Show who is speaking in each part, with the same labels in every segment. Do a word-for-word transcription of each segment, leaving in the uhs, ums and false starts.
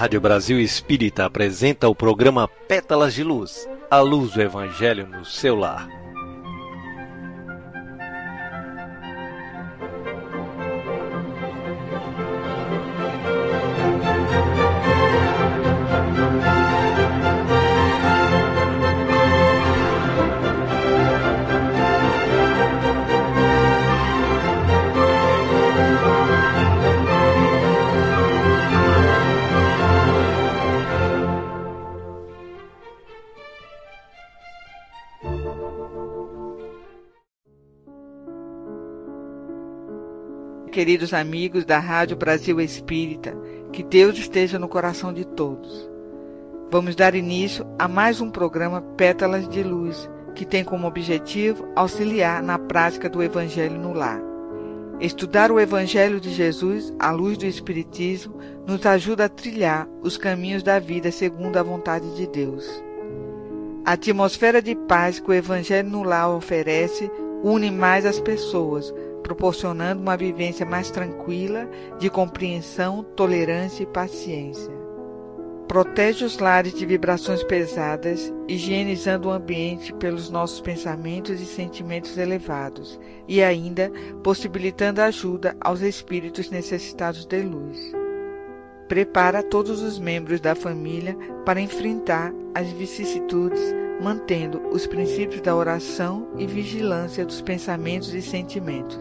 Speaker 1: Rádio Brasil Espírita apresenta o programa Pétalas de Luz, a luz do Evangelho no seu lar.
Speaker 2: Queridos amigos da Rádio Brasil Espírita, que Deus esteja no coração de todos. Vamos dar início a mais um programa Pétalas de Luz, que tem como objetivo auxiliar na prática do Evangelho no lar. Estudar o Evangelho de Jesus à luz do Espiritismo nos ajuda a trilhar os caminhos da vida segundo a vontade de Deus. A atmosfera de paz que o Evangelho no lar oferece une mais as pessoas, proporcionando uma vivência mais tranquila, de compreensão, tolerância e paciência. Protege os lares de vibrações pesadas, higienizando o ambiente pelos nossos pensamentos e sentimentos elevados, e ainda possibilitando ajuda aos espíritos necessitados de luz. Prepara todos os membros da família para enfrentar as vicissitudes, mantendo os princípios da oração e vigilância dos pensamentos e sentimentos.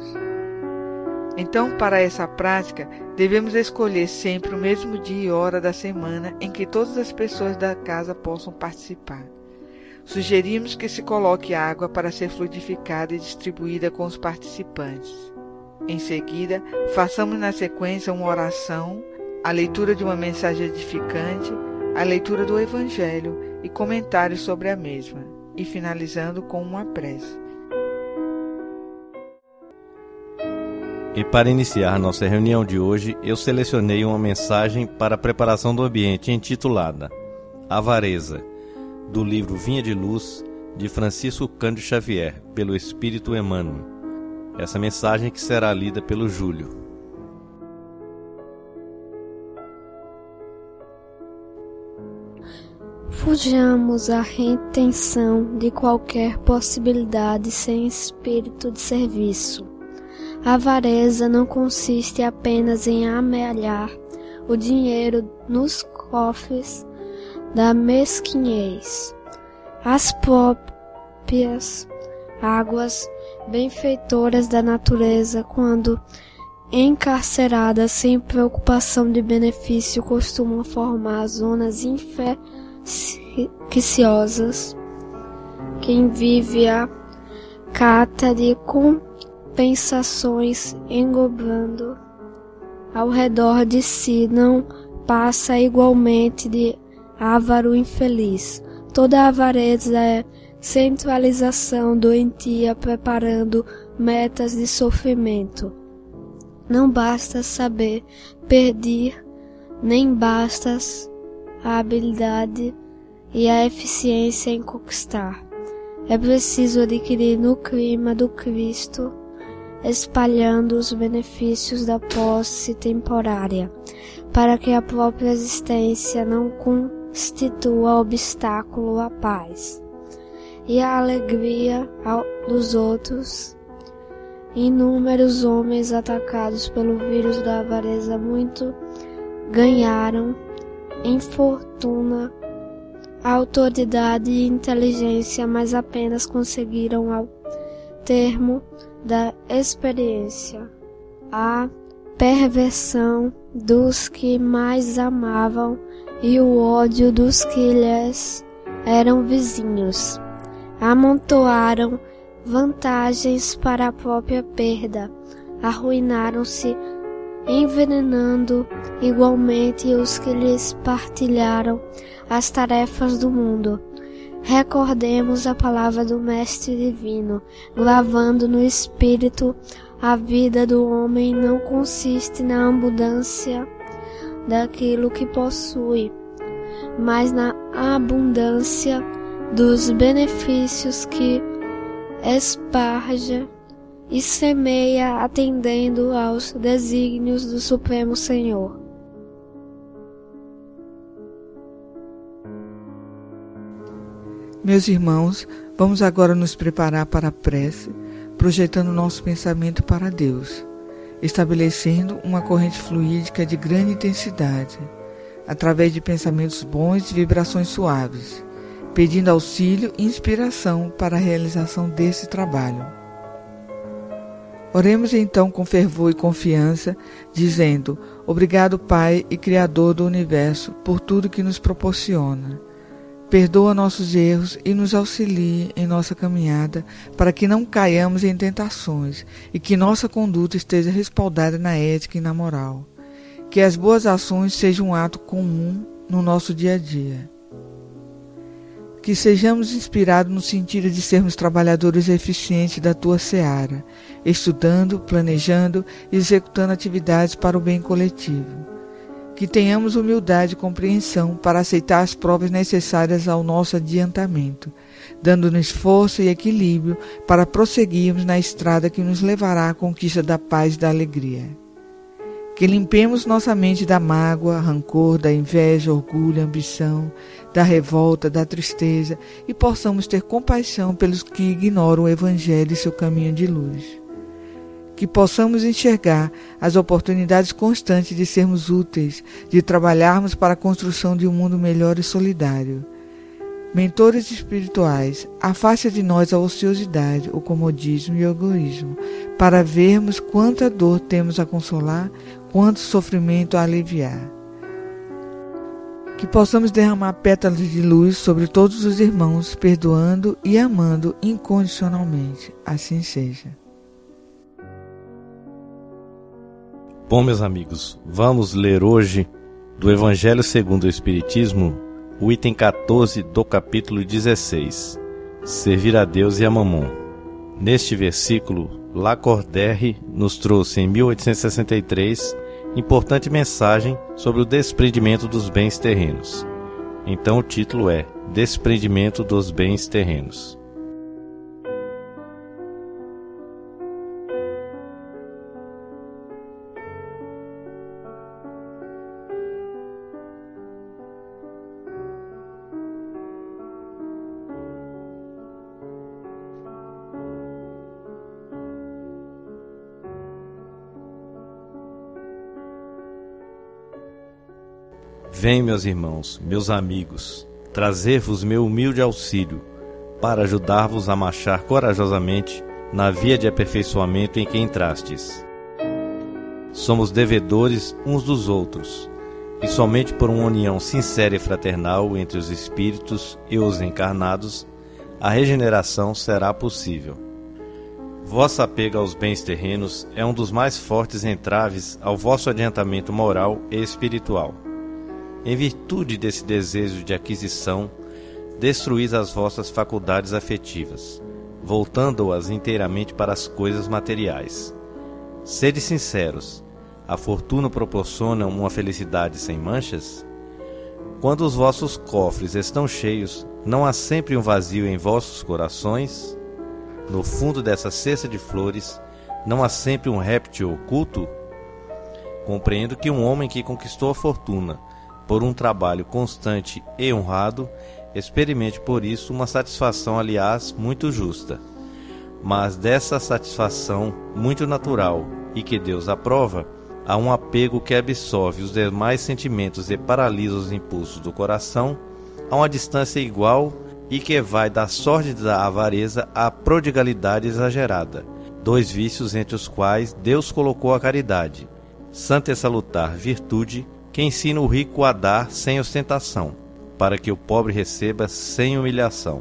Speaker 2: Então, para essa prática, devemos escolher sempre o mesmo dia e hora da semana em que todas as pessoas da casa possam participar. Sugerimos que se coloque água para ser fluidificada e distribuída com os participantes. Em seguida, façamos na sequência uma oração, a leitura de uma mensagem edificante, a leitura do Evangelho e comentários sobre a mesma, e finalizando com uma prece.
Speaker 1: E para iniciar nossa reunião de hoje, eu selecionei uma mensagem para a preparação do ambiente intitulada Avareza, do livro Vinha de Luz, de Francisco Cândido Xavier, pelo Espírito Emmanuel. Essa mensagem que será lida pelo Júlio.
Speaker 3: Fujamos à retenção de qualquer possibilidade sem espírito de serviço. A avareza não consiste apenas em amealhar o dinheiro nos cofres da mesquinhez. As próprias águas benfeitoras da natureza, quando encarceradas sem preocupação de benefício, costumam formar zonas infecciosas. Quem vive a cata de compensações englobando ao redor de si não passa igualmente de avaro infeliz. Toda avareza é centralização doentia preparando metas de sofrimento. Não basta saber pedir, nem basta a habilidade e a eficiência em conquistar. É preciso adquirir no clima do Cristo, espalhando os benefícios da posse temporária, para que a própria existência não constitua obstáculo à paz e à alegria dos outros. Inúmeros homens atacados pelo vírus da avareza muito ganharam em fortuna, autoridade e inteligência, mas apenas conseguiram ao termo da experiência a perversão dos que mais amavam e o ódio dos que lhes eram vizinhos. Amontoaram vantagens para a própria perda, arruinaram-se, envenenando igualmente os que lhes partilharam as tarefas do mundo. Recordemos a palavra do Mestre Divino, gravando no espírito: a vida do homem não consiste na abundância daquilo que possui, mas na abundância dos benefícios que esparja e semeia atendendo aos desígnios do Supremo Senhor.
Speaker 2: Meus irmãos, vamos agora nos preparar para a prece, projetando nosso pensamento para Deus, estabelecendo uma corrente fluídica de grande intensidade, através de pensamentos bons e vibrações suaves, pedindo auxílio e inspiração para a realização desse trabalho. Oremos então com fervor e confiança, dizendo: obrigado, Pai e Criador do Universo, por tudo que nos proporciona. Perdoa nossos erros e nos auxilie em nossa caminhada para que não caiamos em tentações e que nossa conduta esteja respaldada na ética e na moral. Que as boas ações sejam um ato comum no nosso dia a dia. Que sejamos inspirados no sentido de sermos trabalhadores eficientes da Tua seara, estudando, planejando e executando atividades para o bem coletivo. Que tenhamos humildade e compreensão para aceitar as provas necessárias ao nosso adiantamento, dando-nos força e equilíbrio para prosseguirmos na estrada que nos levará à conquista da paz e da alegria. Que limpemos nossa mente da mágoa, rancor, da inveja, orgulho, ambição, da revolta, da tristeza e possamos ter compaixão pelos que ignoram o Evangelho e seu caminho de luz. Que possamos enxergar as oportunidades constantes de sermos úteis, de trabalharmos para a construção de um mundo melhor e solidário. Mentores espirituais, afasta de nós a ociosidade, o comodismo e o egoísmo, para vermos quanta dor temos a consolar, quanto sofrimento a aliviar. Que possamos derramar pétalas de luz sobre todos os irmãos, perdoando e amando incondicionalmente. Assim seja.
Speaker 1: Bom, meus amigos, vamos ler hoje do Evangelho segundo o Espiritismo, o item quatorze do capítulo dezesseis, Servir a Deus e a Mamon. Neste versículo, Lacordaire nos trouxe em mil oitocentos e sessenta e três importante mensagem sobre o desprendimento dos bens terrenos. Então o título é Desprendimento dos Bens Terrenos. Vem, meus irmãos, meus amigos, trazer-vos meu humilde auxílio, para ajudar-vos a marchar corajosamente na via de aperfeiçoamento em que entrastes. Somos devedores uns dos outros, e somente por uma união sincera e fraternal entre os espíritos e os encarnados, a regeneração será possível. Vosso apego aos bens terrenos é um dos mais fortes entraves ao vosso adiantamento moral e espiritual. Em virtude desse desejo de aquisição, destruís as vossas faculdades afetivas, voltando-as inteiramente para as coisas materiais. Sede sinceros, a fortuna proporciona uma felicidade sem manchas? Quando os vossos cofres estão cheios, não há sempre um vazio em vossos corações? No fundo dessa cesta de flores, não há sempre um réptil oculto? Compreendo que um homem que conquistou a fortuna por um trabalho constante e honrado, experimente por isso uma satisfação, aliás, muito justa. Mas dessa satisfação muito natural e que Deus aprova, há um apego que absorve os demais sentimentos e paralisa os impulsos do coração a uma distância igual e que vai da sorte da avareza à prodigalidade exagerada, dois vícios entre os quais Deus colocou a caridade, santa e salutar virtude, que ensina o rico a dar sem ostentação, para que o pobre receba sem humilhação.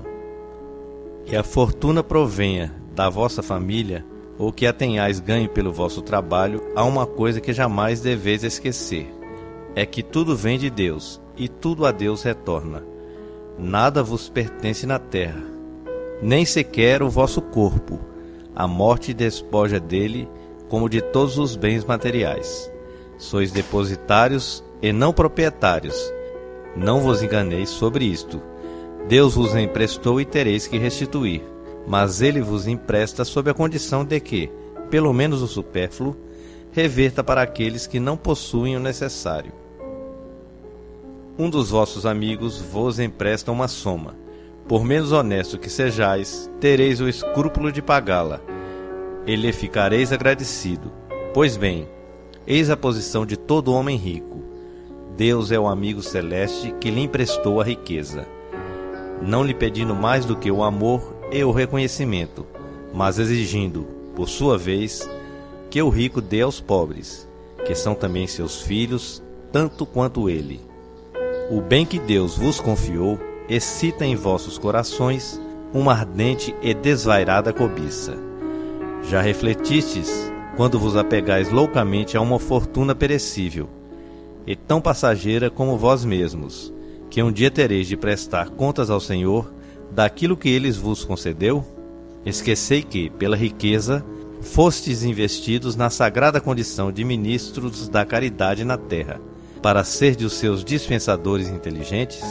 Speaker 1: Que a fortuna provenha da vossa família, ou que a tenhais ganho pelo vosso trabalho, há uma coisa que jamais deveis esquecer, é que tudo vem de Deus, e tudo a Deus retorna. Nada vos pertence na terra, nem sequer o vosso corpo. A morte despoja dele, como de todos os bens materiais. Sois depositários e não proprietários. Não vos enganeis sobre isto. Deus vos emprestou e tereis que restituir, mas ele vos empresta sob a condição de que, pelo menos o supérfluo, reverta para aqueles que não possuem o necessário. Um dos vossos amigos vos empresta uma soma, por menos honesto que sejais, tereis o escrúpulo de pagá-la, e lhe ficareis agradecido. Pois bem, eis a posição de todo homem rico. Deus é o amigo celeste que lhe emprestou a riqueza, não lhe pedindo mais do que o amor e o reconhecimento, mas exigindo, por sua vez, que o rico dê aos pobres, que são também seus filhos, tanto quanto ele. O bem que Deus vos confiou excita em vossos corações uma ardente e desvairada cobiça. Já refletistes quando vos apegais loucamente a uma fortuna perecível, e tão passageira como vós mesmos, que um dia tereis de prestar contas ao Senhor daquilo que Ele vos concedeu? Esquecei que, pela riqueza, fostes investidos na sagrada condição de ministros da caridade na terra, para ser de os seus dispensadores inteligentes?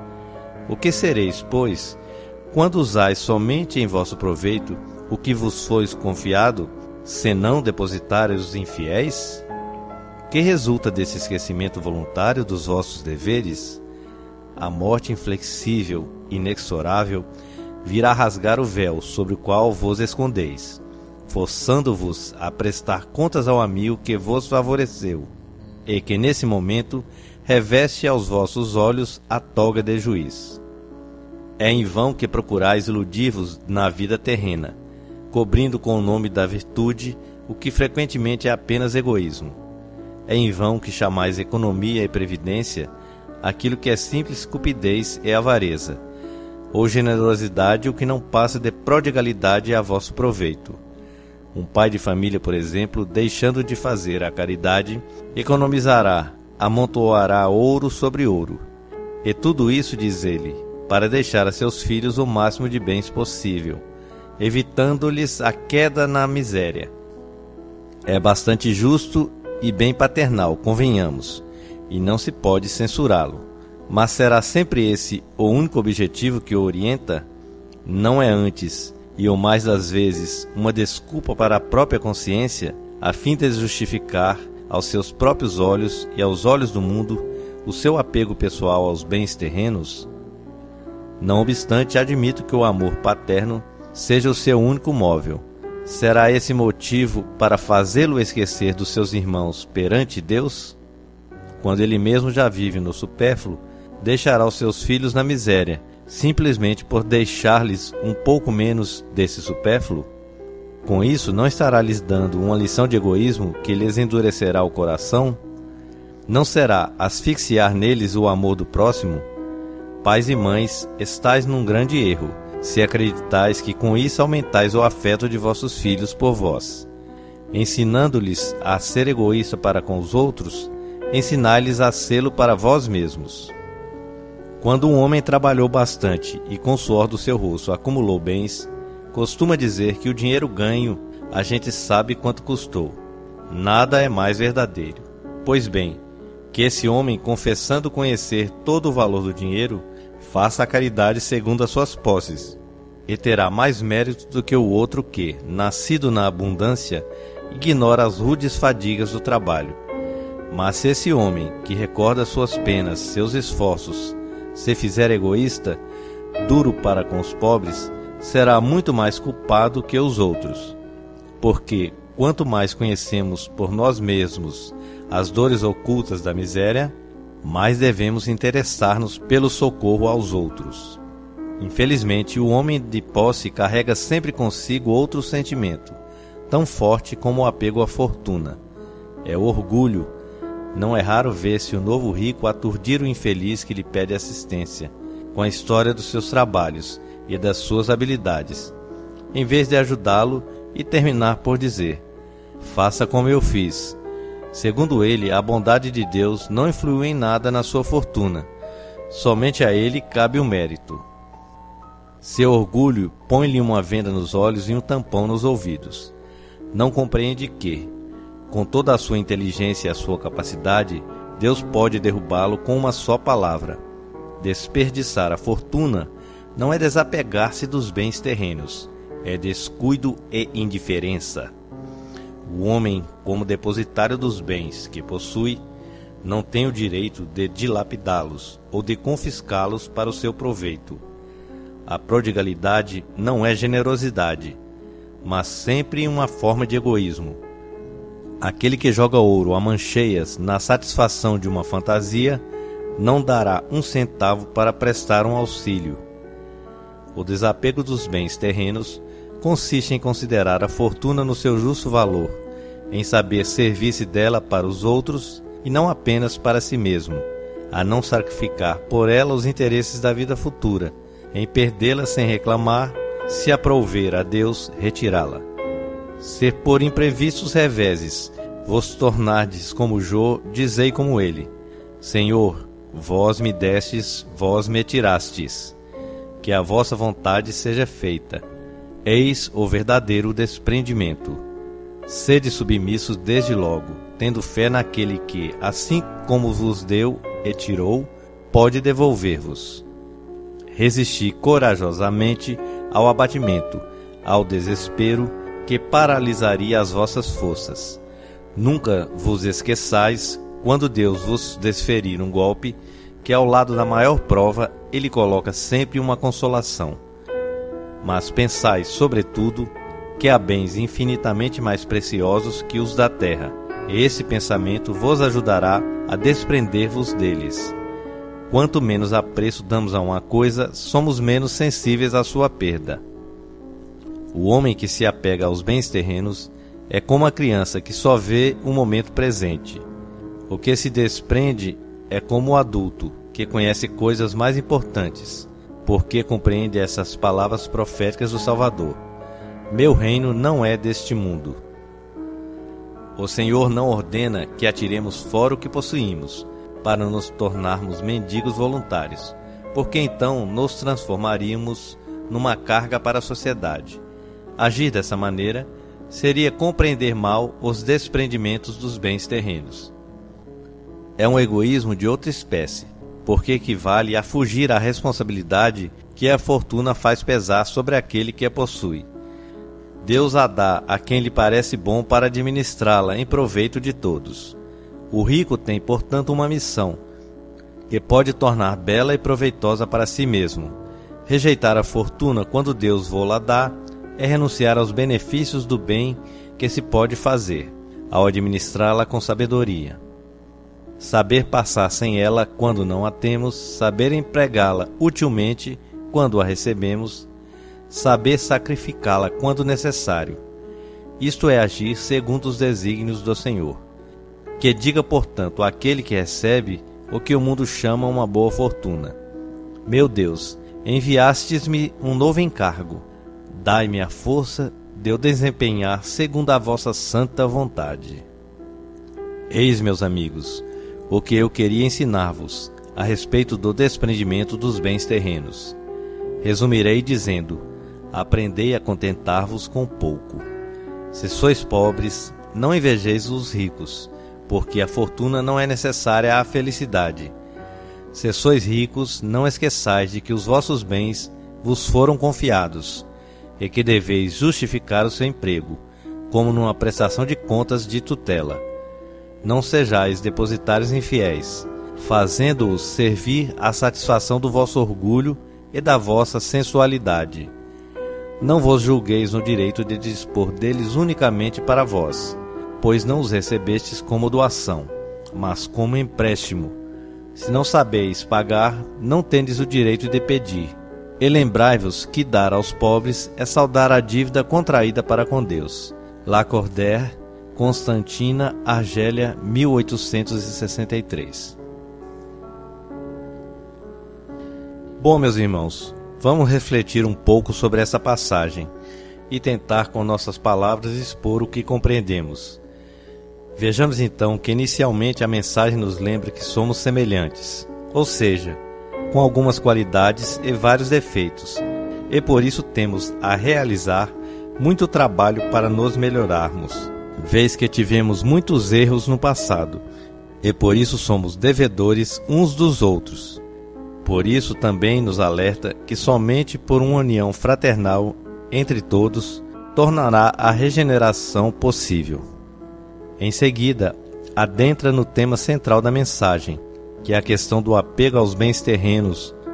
Speaker 1: O que sereis, pois, quando usais somente em vosso proveito o que vos foi confiado, senão depositários infiéis? Que resulta desse esquecimento voluntário dos vossos deveres? A morte inflexível, inexorável, virá rasgar o véu sobre o qual vos escondeis, forçando-vos a prestar contas ao amigo que vos favoreceu, e que nesse momento reveste aos vossos olhos a toga de juiz. É em vão que procurais iludir-vos na vida terrena, cobrindo com o nome da virtude o que frequentemente é apenas egoísmo. É em vão que chamais economia e previdência aquilo que é simples cupidez e avareza, ou generosidade o que não passa de prodigalidade a vosso proveito. Um pai de família, por exemplo, deixando de fazer a caridade, economizará, amontoará ouro sobre ouro. E tudo isso, diz ele, para deixar a seus filhos o máximo de bens possível, evitando-lhes a queda na miséria. É bastante justo e bem paternal, convenhamos, e não se pode censurá-lo. Mas será sempre esse o único objetivo que o orienta? Não é antes, e o mais das vezes, uma desculpa para a própria consciência, a fim de justificar aos seus próprios olhos e aos olhos do mundo o seu apego pessoal aos bens terrenos? Não obstante, admito que o amor paterno seja o seu único móvel. Será esse motivo para fazê-lo esquecer dos seus irmãos perante Deus? Quando ele mesmo já vive no supérfluo, deixará os seus filhos na miséria, simplesmente por deixar-lhes um pouco menos desse supérfluo? Com isso, não estará lhes dando uma lição de egoísmo que lhes endurecerá o coração? Não será asfixiar neles o amor do próximo? Pais e mães, estais num grande erro, se acreditais que com isso aumentais o afeto de vossos filhos por vós. Ensinando-lhes a ser egoísta para com os outros, ensinai-lhes a sê-lo para vós mesmos. Quando um homem trabalhou bastante e com o suor do seu rosto acumulou bens, costuma dizer que o dinheiro ganho a gente sabe quanto custou. Nada é mais verdadeiro. Pois bem, que esse homem, confessando conhecer todo o valor do dinheiro, faça a caridade segundo as suas posses, e terá mais mérito do que o outro que, nascido na abundância, ignora as rudes fadigas do trabalho. Mas se esse homem, que recorda suas penas, seus esforços, se fizer egoísta, duro para com os pobres, será muito mais culpado que os outros. Porque, quanto mais conhecemos por nós mesmos as dores ocultas da miséria, mais devemos interessar-nos pelo socorro aos outros. Infelizmente, o homem de posse carrega sempre consigo outro sentimento, tão forte como o apego à fortuna. É o orgulho. Não é raro ver-se o novo rico aturdir o infeliz que lhe pede assistência, com a história dos seus trabalhos e das suas habilidades, em vez de ajudá-lo e terminar por dizer: faça como eu fiz. Segundo ele, a bondade de Deus não influiu em nada na sua fortuna. Somente a ele cabe o mérito. Seu orgulho põe-lhe uma venda nos olhos e um tampão nos ouvidos. Não compreende que, com toda a sua inteligência e a sua capacidade, Deus pode derrubá-lo com uma só palavra. Desperdiçar a fortuna não é desapegar-se dos bens terrenos, é descuido e indiferença. O homem, como depositário dos bens que possui, não tem o direito de dilapidá-los ou de confiscá-los para o seu proveito. a prodigalidade não é generosidade, mas sempre uma forma de egoísmo. Aquele que joga ouro a mancheias na satisfação de uma fantasia não dará um centavo para prestar um auxílio. O desapego dos bens terrenos consiste em considerar a fortuna no seu justo valor, em saber servir-se dela para os outros e não apenas para si mesmo, a não sacrificar por ela os interesses da vida futura, em perdê-la sem reclamar, se aprouver a Deus retirá-la. Se por imprevistos reveses vos tornardes como Jó, dizei como ele: Senhor, vós me destes, vós me tirastes. Que a vossa vontade seja feita. Eis o verdadeiro desprendimento. Sede submissos desde logo, tendo fé naquele que, assim como vos deu e tirou, pode devolver-vos. Resisti corajosamente ao abatimento, ao desespero que paralisaria as vossas forças. Nunca vos esqueçais, quando Deus vos desferir um golpe, que ao lado da maior prova ele coloca sempre uma consolação. Mas pensai, sobretudo, que há bens infinitamente mais preciosos que os da terra, e esse pensamento vos ajudará a desprender-vos deles. Quanto menos apreço damos a uma coisa, somos menos sensíveis à sua perda. O homem que se apega aos bens terrenos é como a criança que só vê o momento presente. O que se desprende é como o adulto, que conhece coisas mais importantes, porque compreende essas palavras proféticas do Salvador: Meu reino não é deste mundo. O Senhor não ordena que atiremos fora o que possuímos, para nos tornarmos mendigos voluntários, porque então nos transformaríamos numa carga para a sociedade. Agir dessa maneira seria compreender mal os desprendimentos dos bens terrenos. É um egoísmo de outra espécie, porque equivale a fugir à responsabilidade que a fortuna faz pesar sobre aquele que a possui. Deus a dá a quem lhe parece bom para administrá-la em proveito de todos. O rico tem, portanto, uma missão, que pode tornar bela e proveitosa para si mesmo. Rejeitar a fortuna quando Deus vô-la dá é renunciar aos benefícios do bem que se pode fazer, ao administrá-la com sabedoria. Saber passar sem ela quando não a temos, saber empregá-la utilmente quando a recebemos, saber sacrificá-la quando necessário. Isto é agir segundo os desígnios do Senhor. Que diga, portanto, àquele que recebe o que o mundo chama uma boa fortuna: Meu Deus, enviastes-me um novo encargo. Dai-me a força de eu desempenhar segundo a vossa santa vontade. Eis, meus amigos, o que eu queria ensinar-vos a respeito do desprendimento dos bens terrenos. Resumirei dizendo: aprendei a contentar-vos com pouco. Se sois pobres, não invejeis os ricos, porque a fortuna não é necessária à felicidade. Se sois ricos, não esqueçais de que os vossos bens vos foram confiados, e que deveis justificar o seu emprego, como numa prestação de contas de tutela. Não sejais depositários infiéis, fazendo-os servir à satisfação do vosso orgulho e da vossa sensualidade. Não vos julgueis no direito de dispor deles unicamente para vós, pois não os recebestes como doação, mas como empréstimo. Se não sabeis pagar, não tendes o direito de pedir. E lembrai-vos que dar aos pobres é saldar a dívida contraída para com Deus. Lacordaire, Constantina, Argélia, mil oitocentos e sessenta e três. Bom, meus irmãos, vamos refletir um pouco sobre essa passagem e tentar com nossas palavras expor o que compreendemos. Vejamos então que inicialmente a mensagem nos lembra que somos semelhantes, ou seja, com algumas qualidades e vários defeitos, e por isso temos a realizar muito trabalho para nos melhorarmos, vez que tivemos muitos erros no passado, e por isso somos devedores uns dos outros. Por isso também nos alerta que somente por uma união fraternal entre todos tornará a regeneração possível. Em seguida, adentra no tema central da mensagem, que é a questão do apego aos bens terrenos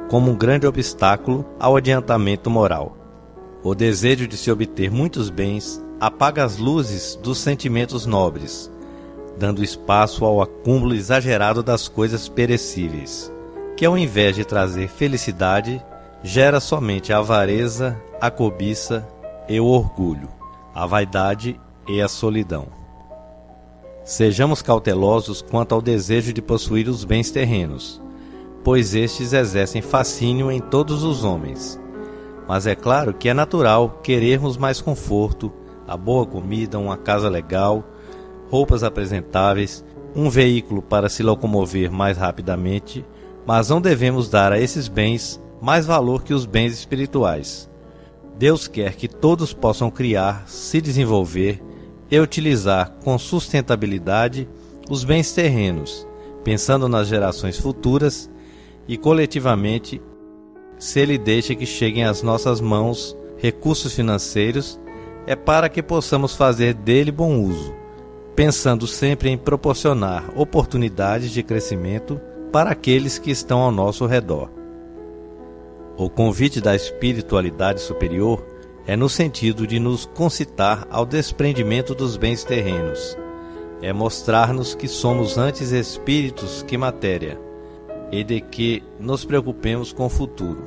Speaker 1: como um grande obstáculo ao adiantamento moral. O desejo de se obter muitos bens apaga as luzes dos sentimentos nobres, dando espaço ao acúmulo exagerado das coisas perecíveis, que ao invés de trazer felicidade, gera somente a avareza, a cobiça e o orgulho, a vaidade e a solidão. Sejamos cautelosos quanto ao desejo de possuir os bens terrenos, pois estes exercem fascínio em todos os homens. Mas é claro que é natural querermos mais conforto, a boa comida, uma casa legal, roupas apresentáveis, um veículo para se locomover mais rapidamente, mas não devemos dar a esses bens mais valor que os bens espirituais. Deus quer que todos possam criar, se desenvolver e utilizar com sustentabilidade os bens terrenos, pensando nas gerações futuras e coletivamente, se Ele deixa que cheguem às nossas mãos recursos financeiros, é para que possamos fazer dele bom uso, pensando sempre em proporcionar oportunidades de crescimento para aqueles que estão ao nosso redor. O convite da espiritualidade superior é no sentido de nos concitar ao desprendimento dos bens terrenos, é mostrar-nos que somos antes espíritos que matéria, e de que nos preocupemos com o futuro.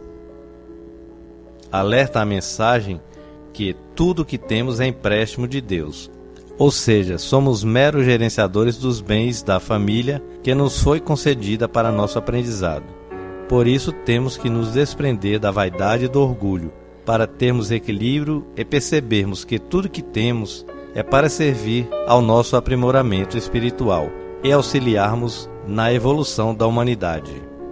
Speaker 1: Alerta a mensagem que tudo o que temos é empréstimo de Deus, ou seja, somos meros gerenciadores dos bens da família que nos foi concedida para nosso aprendizado. Por isso temos que nos desprender da vaidade e do orgulho, para termos equilíbrio e percebermos que tudo que temos é para servir ao nosso aprimoramento espiritual e auxiliarmos na evolução da humanidade.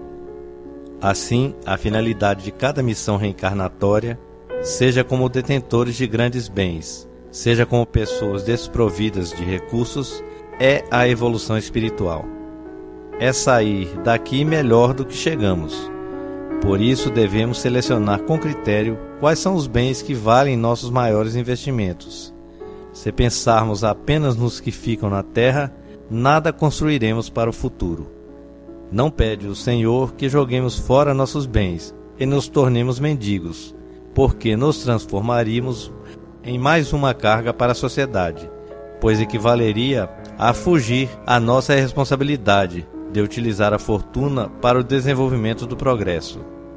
Speaker 1: Assim, a finalidade de cada missão reencarnatória, seja como detentores de grandes bens, seja como pessoas desprovidas de recursos, é a evolução espiritual. É sair daqui melhor do que chegamos. Por isso devemos selecionar com critério quais são os bens que valem nossos maiores investimentos. Se pensarmos apenas nos que ficam na terra, nada construiremos para o futuro. Não pede o Senhor que joguemos fora nossos bens e nos tornemos mendigos, porque nos transformaríamos em mais uma carga para a sociedade, pois equivaleria a fugir à nossa responsabilidade de utilizar a fortuna para o desenvolvimento do progresso.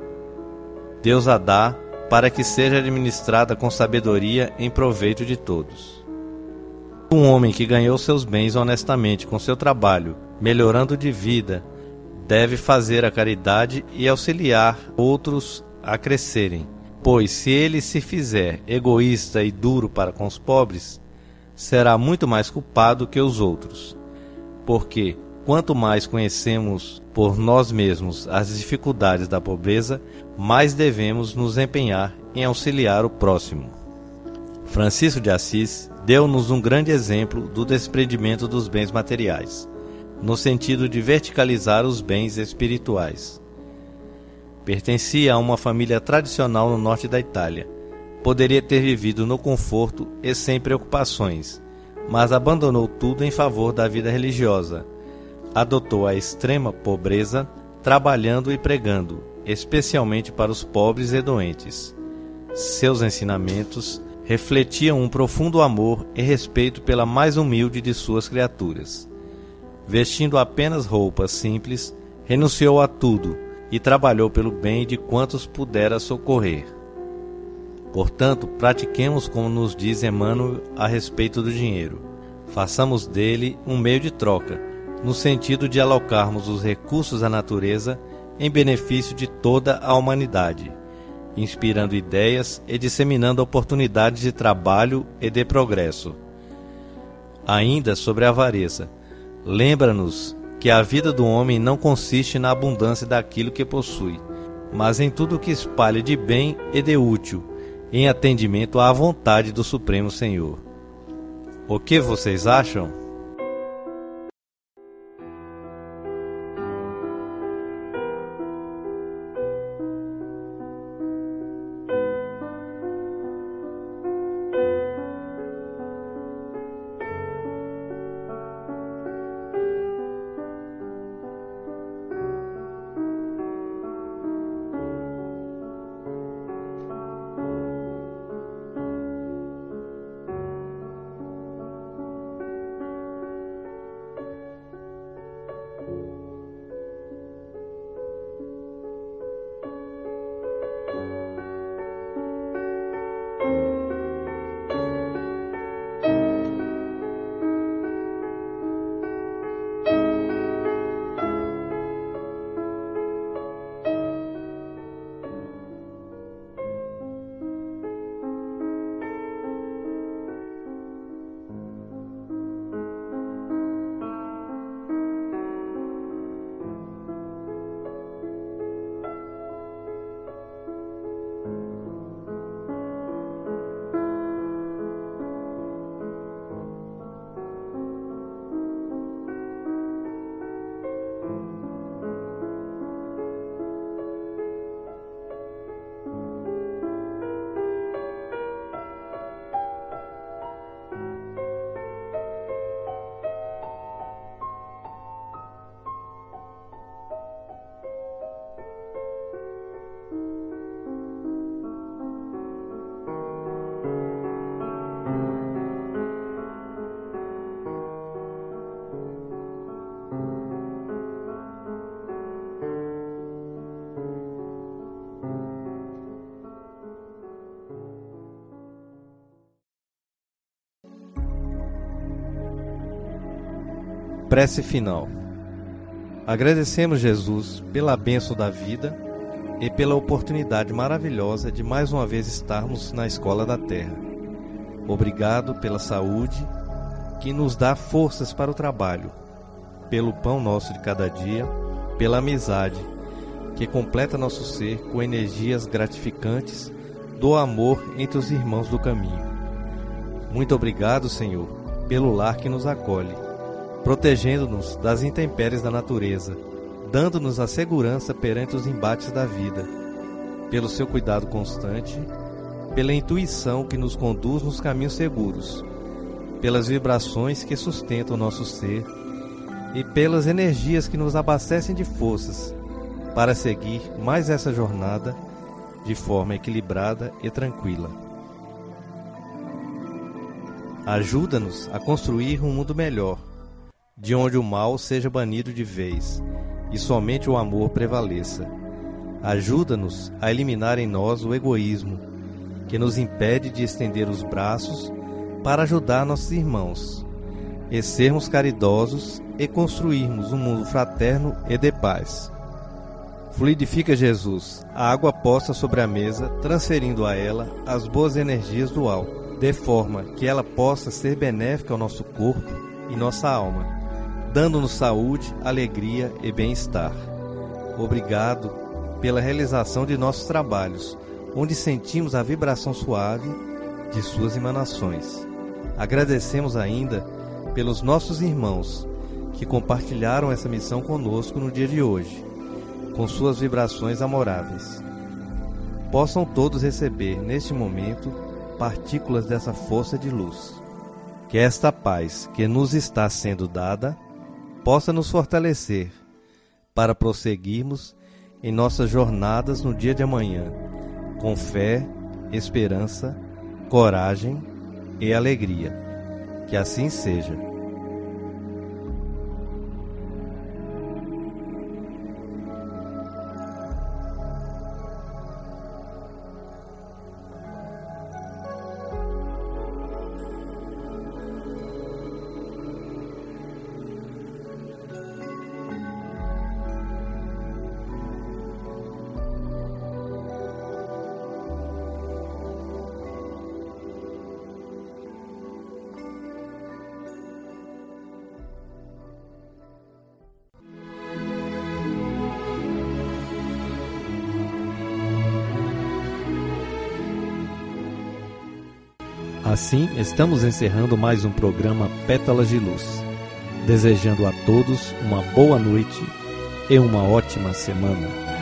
Speaker 1: Deus a dá para que seja administrada com sabedoria em proveito de todos. Um homem que ganhou seus bens honestamente com seu trabalho, melhorando de vida, deve fazer a caridade e auxiliar outros a crescerem, pois se ele se fizer egoísta e duro para com os pobres, será muito mais culpado que os outros, porque quanto mais conhecemos por nós mesmos as dificuldades da pobreza, mais devemos nos empenhar em auxiliar o próximo. Francisco de Assis deu-nos um grande exemplo do desprendimento dos bens materiais, no sentido de verticalizar os bens espirituais. Pertencia a uma família tradicional no norte da Itália. Poderia ter vivido no conforto e sem preocupações, mas abandonou tudo em favor da vida religiosa. Adotou a extrema pobreza, trabalhando e pregando, especialmente para os pobres e doentes. Seus ensinamentos refletiam um profundo amor e respeito pela mais humilde de suas criaturas. Vestindo apenas roupas simples, renunciou a tudo e trabalhou pelo bem de quantos pudera socorrer. Portanto, pratiquemos como nos diz Emmanuel a respeito do dinheiro. Façamos dele um meio de troca, no sentido de alocarmos os recursos da natureza em benefício de toda a humanidade, inspirando ideias e disseminando oportunidades de trabalho e de progresso. Ainda sobre a avareza, lembra-nos que a vida do homem não consiste na abundância daquilo que possui, mas em tudo o que espalha de bem e de útil, em atendimento à vontade do Supremo Senhor. O que vocês acham? Prece final. Agradecemos, Jesus, pela bênção da vida e pela oportunidade maravilhosa de mais uma vez estarmos na escola da terra. Obrigado pela saúde que nos dá forças para o trabalho, pelo pão nosso de cada dia, pela amizade que completa nosso ser com energias gratificantes do amor entre os irmãos do caminho. Muito obrigado, Senhor, pelo lar que nos acolhe, protegendo-nos das intempéries da natureza, dando-nos a segurança perante os embates da vida, pelo seu cuidado constante, pela intuição que nos conduz nos caminhos seguros, pelas vibrações que sustentam nosso ser e pelas energias que nos abastecem de forças para seguir mais essa jornada de forma equilibrada e tranquila. Ajuda-nos a construir um mundo melhor, de onde o mal seja banido de vez e somente o amor prevaleça. Ajuda-nos a eliminar em nós o egoísmo, que nos impede de estender os braços para ajudar nossos irmãos, e sermos caridosos e construirmos um mundo fraterno e de paz. Fluidifica, Jesus, a água posta sobre a mesa, transferindo a ela as boas energias do alto, de forma que ela possa ser benéfica ao nosso corpo e nossa alma, dando-nos saúde, alegria e bem-estar. Obrigado pela realização de nossos trabalhos, onde sentimos a vibração suave de suas emanações. Agradecemos ainda pelos nossos irmãos que compartilharam essa missão conosco no dia de hoje, com suas vibrações amoráveis. Possam todos receber, neste momento, partículas dessa força de luz. Que esta paz que nos está sendo dada possa nos fortalecer para prosseguirmos em nossas jornadas no dia de amanhã, com fé, esperança, coragem e alegria. Que assim seja. Assim, estamos encerrando mais um programa Pétalas de Luz, desejando a todos uma boa noite e uma ótima semana.